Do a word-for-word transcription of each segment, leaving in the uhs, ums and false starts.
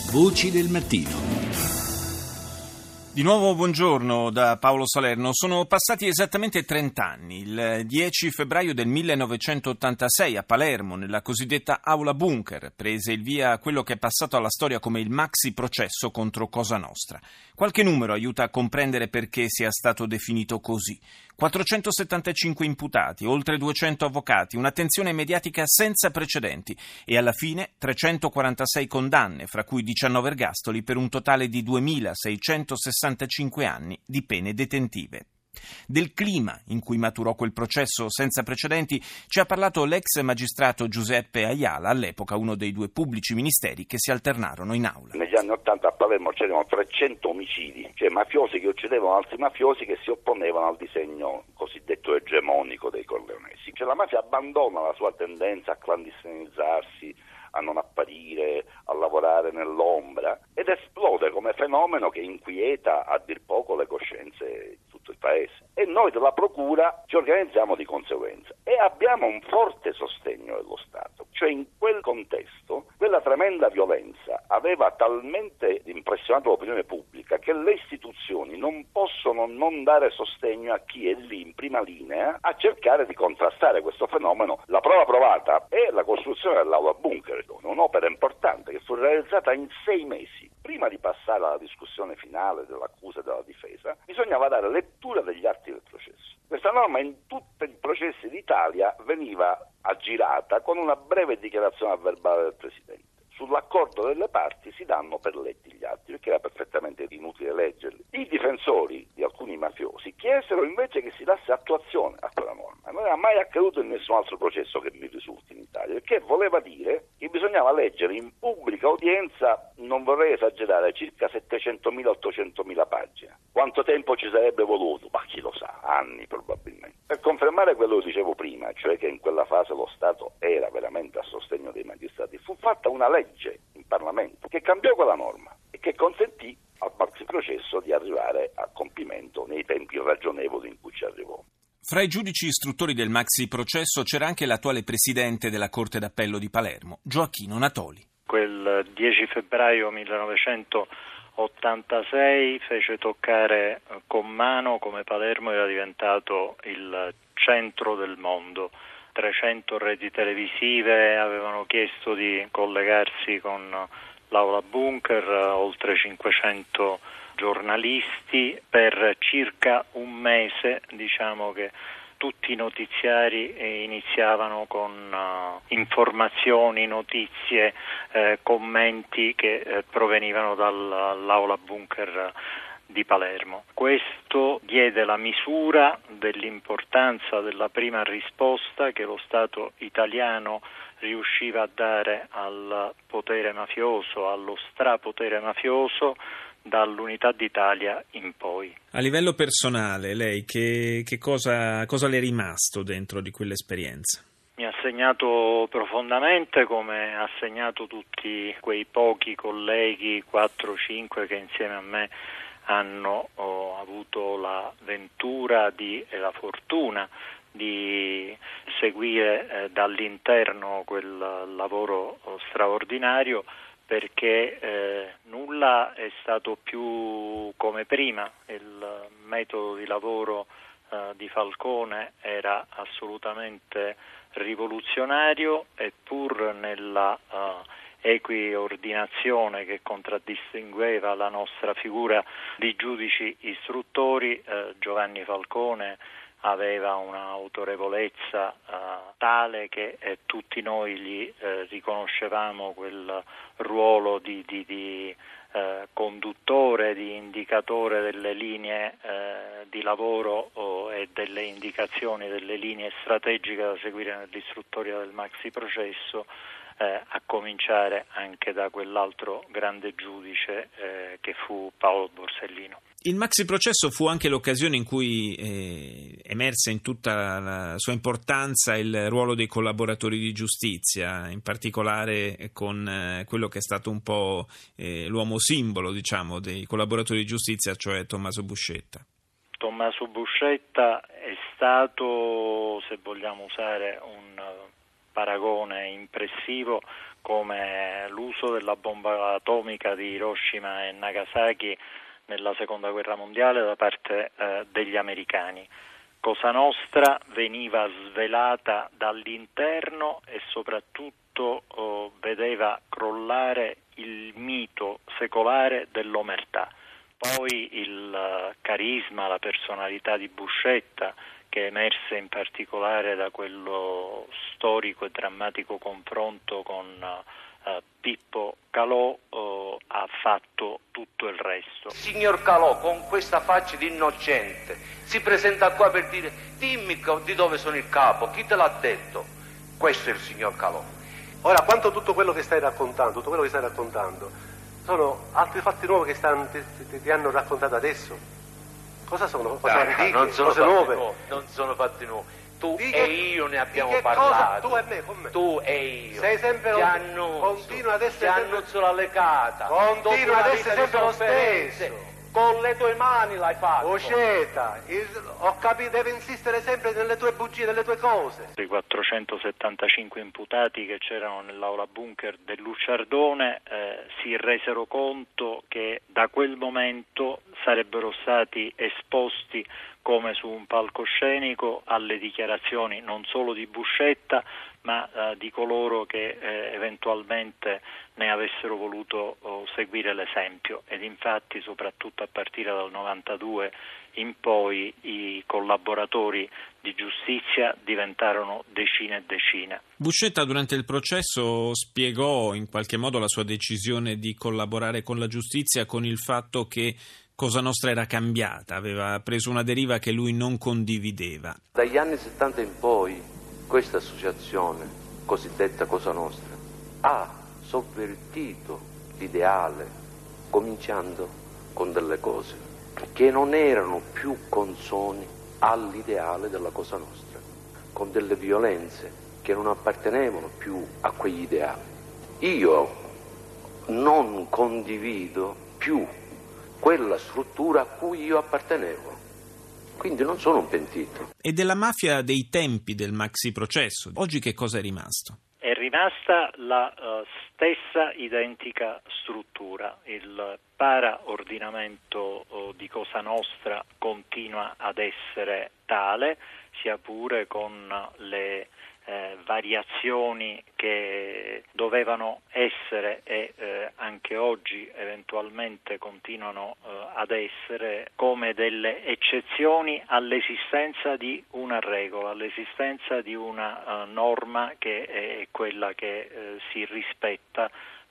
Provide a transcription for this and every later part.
Voci del mattino. Di nuovo buongiorno da Paolo Salerno. Sono passati esattamente trent'anni. Il dieci febbraio del millenovecentottantasei a Palermo, nella cosiddetta Aula Bunker, prese il via quello che è passato alla storia come il maxi processo contro Cosa Nostra. Qualche numero aiuta a comprendere perché sia stato definito così. quattrocentosettantacinque imputati, oltre duecento avvocati, un'attenzione mediatica senza precedenti e alla fine trecentoquarantasei condanne, fra cui diciannove ergastoli per un totale di duemilaseicentosessantacinque anni di pene detentive. Del clima in cui maturò quel processo senza precedenti ci ha parlato l'ex magistrato Giuseppe Ayala, all'epoca uno dei due pubblici ministeri che si alternarono in aula. Negli anni Ottanta a Palermo c'erano trecento omicidi, cioè mafiosi che uccidevano altri mafiosi che si opponevano al disegno cosiddetto egemonico dei Corleonesi. Cioè la mafia abbandona la sua tendenza a clandestinizzarsi, a non apparire, a lavorare nell'ombra ed esplode come fenomeno che inquieta a dir poco le coscienze di tutto il paese. E noi della Procura ci organizziamo di conseguenza e abbiamo un forte sostegno dello Stato. Cioè in quel contesto quella tremenda violenza aveva talmente impressionato l'opinione pubblica che le istituzioni non possono non dare sostegno a chi è lì in prima linea a cercare di contrastare questo fenomeno. La prova provata è la costruzione dell'Aula Bunker, un'opera importante che fu realizzata in sei mesi. Prima di passare alla discussione finale dell'accusa e della difesa, bisognava dare lettura degli atti del processo. Questa norma in tutti i processi d'Italia veniva aggirata con una breve dichiarazione a verbale del Presidente. Sull'accordo delle parti si danno per letti gli atti, perché era perfettamente inutile leggerli. I difensori di alcuni mafiosi chiesero invece che si dasse attuazione a quella norma. Non era mai accaduto in nessun altro processo che mi risulti in Italia, perché voleva dire che bisognava leggere in pubblica udienza, non vorrei esagerare, circa settecentomila ottocentomila pagine. Quanto tempo ci sarebbe voluto? Ma chi lo sa, anni probabilmente. Per confermare quello che dicevo prima, cioè che in quella fase lo Stato era veramente a sostegno dei magistrati, fu fatta una legge in Parlamento che cambiò quella norma e che consentì al maxi processo di arrivare a compimento nei tempi ragionevoli in cui ci arrivò. Fra i giudici istruttori del maxi processo c'era anche l'attuale presidente della Corte d'Appello di Palermo, Gioacchino Natoli. Quel dieci febbraio millenovecentottantasei fece toccare con mano come Palermo era diventato il centro del mondo. trecento reti televisive avevano chiesto di collegarsi con l'Aula Bunker, oltre cinquecento giornalisti. Per circa un mese, diciamo che tutti i notiziari iniziavano con uh, informazioni, notizie, eh, commenti che eh, provenivano dall'Aula Bunker di Palermo. Questo diede la misura dell'importanza della prima risposta che lo Stato italiano riusciva a dare al potere mafioso, allo strapotere mafioso, dall'Unità d'Italia in poi. A livello personale, lei che, che cosa, cosa le è rimasto dentro di quell'esperienza? Mi ha segnato profondamente, come ha segnato tutti quei pochi colleghi, quattro cinque, che insieme a me hanno oh, avuto la ventura di, e la fortuna di seguire eh, dall'interno quel lavoro oh, straordinario, perché eh, nulla è stato più come prima. Il metodo di lavoro eh, di Falcone era assolutamente rivoluzionario, e pur nella uh, equiordinazione che contraddistingueva la nostra figura di giudici istruttori, eh, Giovanni Falcone aveva un'autorevolezza uh, tale che eh, tutti noi gli eh, riconoscevamo quel ruolo di, di, di eh, conduttore, di indicatore delle linee eh, di lavoro oh, e delle indicazioni delle linee strategiche da seguire nell'istruttoria del maxi processo, eh, a cominciare anche da quell'altro grande giudice eh, che fu Paolo Borsellino. Il maxi processo fu anche l'occasione in cui eh, emerse in tutta la sua importanza il ruolo dei collaboratori di giustizia, in particolare con eh, quello che è stato un po' eh, l'uomo simbolo, diciamo, dei collaboratori di giustizia, cioè Tommaso Buscetta. Tommaso Buscetta è stato, se vogliamo usare un paragone impressivo, come l'uso della bomba atomica di Hiroshima e Nagasaki nella seconda guerra mondiale da parte eh, degli americani. Cosa Nostra veniva svelata dall'interno e soprattutto oh, vedeva crollare il mito secolare dell'omertà. Poi il uh, carisma, la personalità di Buscetta, che emerse in particolare da quello storico e drammatico confronto con uh, Pippo Calò, uh, ha fatto tutto il resto. Signor Calò, con questa faccia di innocente, si presenta qua per dire: dimmi di dove sono il capo, chi te l'ha detto? Questo è il signor Calò. Ora, quanto tutto quello che stai raccontando, tutto quello che stai raccontando, sono altri fatti nuovi che stanno, ti, ti, ti hanno raccontato adesso? Cosa sono? Cose ah, antiche? Non sono cose fatti nuove? nuovi, non sono fatti nuovi. Tu di e che, io ne abbiamo che parlato. Cosa? Tu e me, con me. Tu e io. Sei sempre ti lo annuncio, continua ad essere ti sempre... annuncio la lecata. Continua ad essere sempre lo stesso. Con le tue mani l'hai fatto. Buscetta, il, ho capito, deve insistere sempre nelle tue bugie, nelle tue cose. I quattrocentosettantacinque imputati che c'erano nell'aula bunker del Lucciardone eh, si resero conto che da quel momento sarebbero stati esposti come su un palcoscenico alle dichiarazioni non solo di Buscetta ma eh, di coloro che eh, eventualmente ne avessero voluto oh, seguire l'esempio, ed infatti soprattutto a partire dal novantadue in poi i collaboratori di giustizia diventarono decine e decine. Buscetta durante il processo spiegò in qualche modo la sua decisione di collaborare con la giustizia con il fatto che Cosa Nostra era cambiata, aveva preso una deriva che lui non condivideva. Dagli anni settanta in poi questa associazione, cosiddetta Cosa Nostra, ha sovvertito l'ideale, cominciando con delle cose che non erano più consoni all'ideale della Cosa Nostra, con delle violenze che non appartenevano più a quegli ideali. Io non condivido più quella struttura a cui io appartenevo, quindi non sono un pentito. E della mafia dei tempi del maxi processo, oggi che cosa è rimasto? È rimasta la uh, stessa identica struttura. Il paraordinamento uh, di Cosa Nostra continua ad essere tale, sia pure con le eh, variazioni che dovevano essere e eh, anche oggi eventualmente continuano eh, ad essere, come delle eccezioni all'esistenza di una regola, all'esistenza di una uh, norma che è quella che eh, si rispetta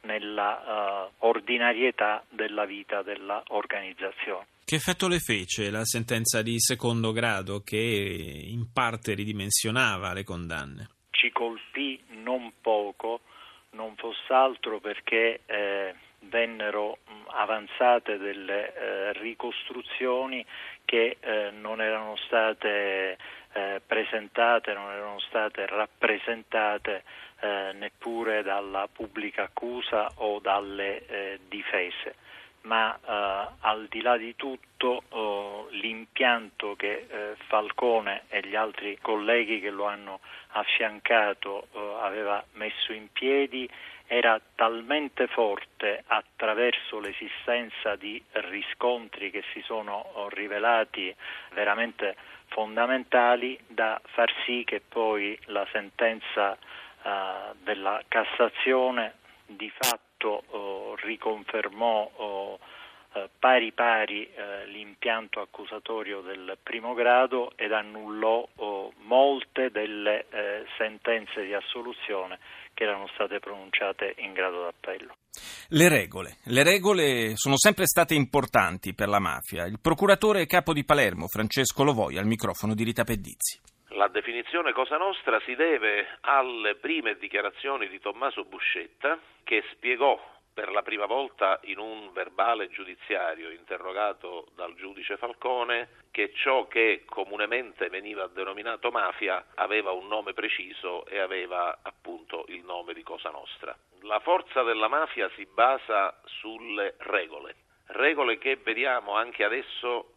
nella uh, ordinarietà della vita della organizzazione. Che effetto le fece la sentenza di secondo grado che in parte ridimensionava le condanne? Ci colpì non poco, non fosse altro perché eh, vennero avanzate delle eh, ricostruzioni che eh, non erano state eh, presentate, non erano state rappresentate eh, neppure dalla pubblica accusa o dalle eh, difese. Ma eh, al di là di tutto eh, l'impianto che eh, Falcone e gli altri colleghi che lo hanno affiancato eh, aveva messo in piedi era talmente forte, attraverso l'esistenza di riscontri che si sono rivelati veramente fondamentali, da far sì che poi la sentenza eh, della Cassazione di fatto Oh, riconfermò oh, eh, pari pari eh, l'impianto accusatorio del primo grado ed annullò oh, molte delle eh, sentenze di assoluzione che erano state pronunciate in grado d'appello. Le regole. Le regole sono sempre state importanti per la mafia. Il procuratore capo di Palermo, Francesco Lovoi, al microfono di Rita Pedizzi. La definizione Cosa Nostra si deve alle prime dichiarazioni di Tommaso Buscetta, che spiegò per la prima volta in un verbale giudiziario interrogato dal giudice Falcone che ciò che comunemente veniva denominato mafia aveva un nome preciso e aveva appunto il nome di Cosa Nostra. La forza della mafia si basa sulle regole, regole che vediamo anche adesso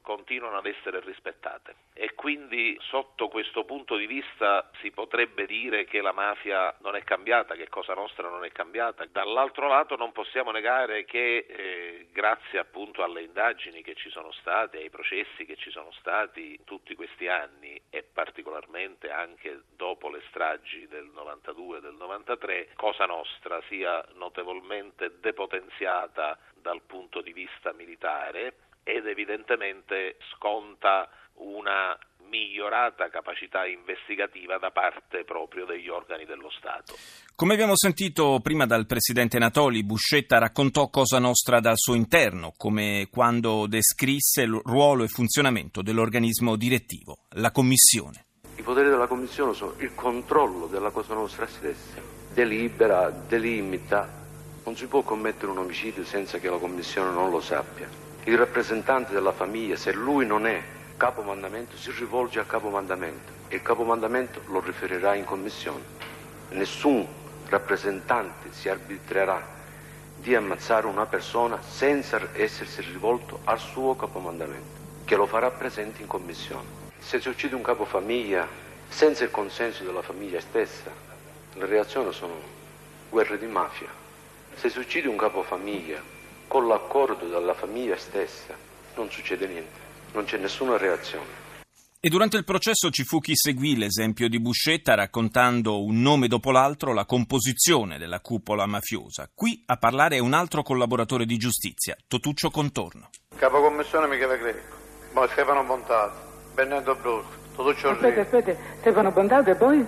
continuano ad essere rispettate e quindi sotto questo punto di vista si potrebbe dire che la mafia non è cambiata, che Cosa Nostra non è cambiata. Dall'altro lato non possiamo negare che eh, grazie appunto alle indagini che ci sono state, ai processi che ci sono stati tutti questi anni e particolarmente anche dopo le stragi del novantadue e del novantatré, Cosa Nostra sia notevolmente depotenziata dal punto di vista militare ed evidentemente sconta una migliorata capacità investigativa da parte proprio degli organi dello Stato. Come abbiamo sentito prima dal presidente Natoli, Buscetta raccontò Cosa Nostra dal suo interno, come quando descrisse il ruolo e funzionamento dell'organismo direttivo, la Commissione. I poteri della Commissione sono il controllo della Cosa Nostra stessa, delibera, delimita. Non si può commettere un omicidio senza che la Commissione non lo sappia. Il rappresentante della famiglia, se lui non è capomandamento, si rivolge al capomandamento e il capomandamento lo riferirà in Commissione. Nessun rappresentante si arbitrerà di ammazzare una persona senza essersi rivolto al suo capomandamento, che lo farà presente in Commissione. Se si uccide un capofamiglia senza il consenso della famiglia stessa, le reazioni sono guerre di mafia. Se si uccide un capofamiglia con l'accordo della famiglia stessa, non succede niente, non c'è nessuna reazione. E durante il processo ci fu chi seguì l'esempio di Buscetta raccontando un nome dopo l'altro la composizione della cupola mafiosa. Qui a parlare è un altro collaboratore di giustizia, Totuccio Contorno. Capocommissione Michele Greco, poi Stefano Bontato, Bernardo Brusco, Totuccio Orlini. Aspetta, aspetta, Stefano Bontato e poi?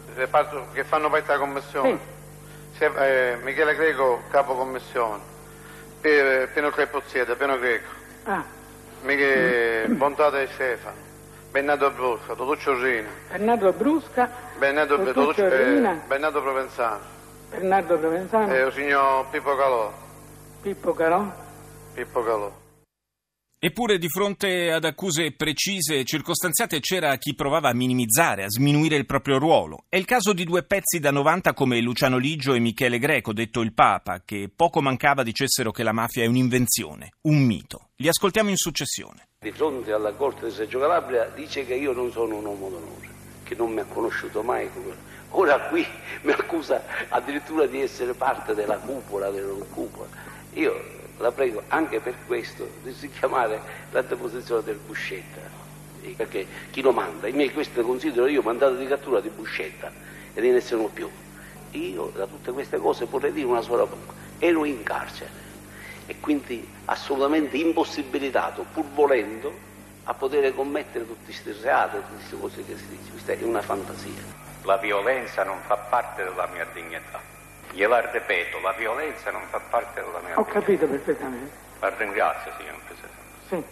Che fanno parte della commissione. Sì. Eh, Michele Greco, capocommissione. Pino Crepozzieta, Pino Greco. Ah. Michele mm. Bontato e Stefano. Bernardo Brusca, Totuccio Orlini. Bernardo Brusca. Bernardo, Totuccio Orlini. Bernardo Provenzano. Bernardo Provenzano. E il signor Pippo Calò. Pippo Calò. Pippo Calò. Eppure di fronte ad accuse precise e circostanziate c'era chi provava a minimizzare, a sminuire il proprio ruolo. È il caso di due pezzi da novanta come Luciano Liggio e Michele Greco, detto il Papa, che poco mancava dicessero che la mafia è un'invenzione, un mito. Li ascoltiamo in successione. Di fronte alla Corte di Reggio Calabria dice che io non sono un uomo d'onore, che non mi ha conosciuto mai come... Ora qui mi accusa addirittura di essere parte della cupola, della non cupola. Io... la prego anche per questo di richiamare la deposizione del Buscetta, perché chi lo manda? I miei questo considero io mandato di cattura di Buscetta e ne sono più. Io da tutte queste cose vorrei dire una sola cosa: ero in carcere e quindi assolutamente impossibilitato, pur volendo, a poter commettere tutti questi reati, tutte queste cose che si dice. Questa è una fantasia. La violenza non fa parte della mia dignità. Gliela ripeto, la violenza non fa parte della mia vita. Ho capito perfettamente. La ringrazio, signor Presidente. Sì.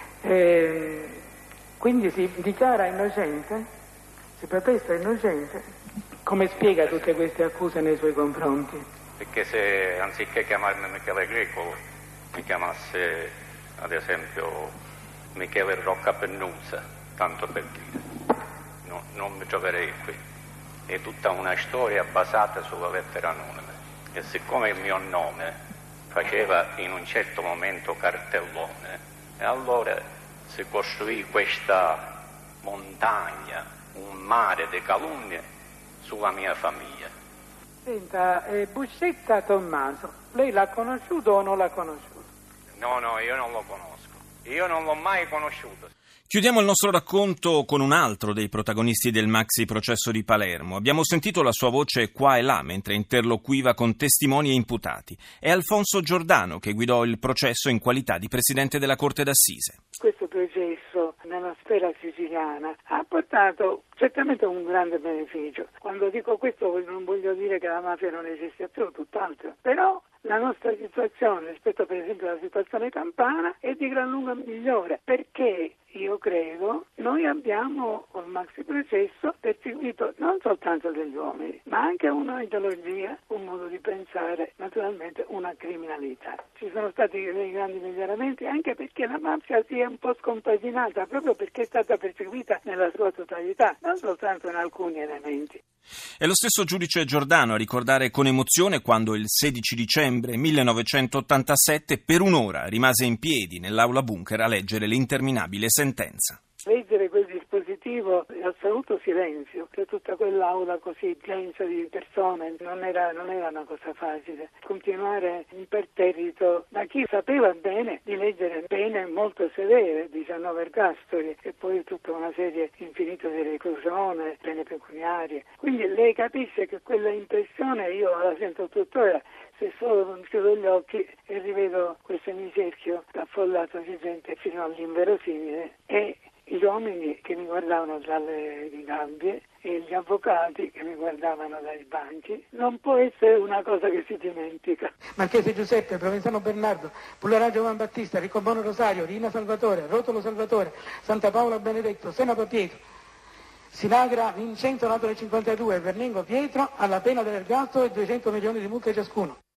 Eh, quindi si dichiara innocente, si protesta innocente. Come spiega tutte queste accuse nei suoi confronti? Perché se anziché chiamarmi Michele Greco mi chiamasse ad esempio Michele Rocca Pennusa, tanto per dire, no, non mi troverei qui. È tutta una storia basata sulla lettera anonima e siccome il mio nome faceva in un certo momento cartellone e allora si costruì questa montagna, un mare di calunnie sulla mia famiglia. Senta, eh, Buscetta Tommaso, lei l'ha conosciuto o non l'ha conosciuto? No, no, io non lo conosco, io non l'ho mai conosciuto. Chiudiamo il nostro racconto con un altro dei protagonisti del maxi processo di Palermo. Abbiamo sentito la sua voce qua e là mentre interloquiva con testimoni e imputati. È Alfonso Giordano che guidò il processo in qualità di presidente della Corte d'Assise. Questo processo nella sfera siciliana ha portato certamente un grande beneficio. Quando dico questo non voglio dire che la mafia non esiste più, tutt'altro. Però la nostra situazione rispetto per esempio alla situazione campana è di gran lunga migliore, perché io credo, noi abbiamo col maxi processo perseguito non soltanto degli uomini, ma anche una ideologia, un modo di pensare, naturalmente una criminalità. Ci sono stati dei grandi miglioramenti anche perché la mafia si è un po' scompaginata, proprio perché è stata perseguita nella sua totalità, non soltanto in alcuni elementi. È lo stesso giudice Giordano a ricordare con emozione quando il sedici dicembre millenovecentottantasette per un'ora rimase in piedi nell'aula bunker a leggere l'interminabile sentenza. Leggere quel dispositivo in assoluto silenzio, per tutta quell'aula così densa di persone, non era, non era una cosa facile. Continuare imperterrito da chi sapeva bene di leggere pene molto severe, diciannove ergastoli e poi tutta una serie infinita di reclusione, pene pecuniarie. Quindi lei capisce che quella impressione io la sento tuttora, se solo chiudo gli occhi e rivedo questo semicerchio affollato di gente fino all'inverosimile e gli uomini che mi guardavano dalle gabbie e gli avvocati che mi guardavano dai banchi. Non può essere una cosa che si dimentica. Marchese Giuseppe, Provenzano Bernardo, Pullarà Giovan Battista, Riccobono Rosario, Rina Salvatore, Rotolo Salvatore, Santa Paola Benedetto, Senato Pietro, Sinagra Vincenzo nato nel cinquantadue e Verningo Pietro alla pena dell'ergastolo e duecento milioni di multe ciascuno.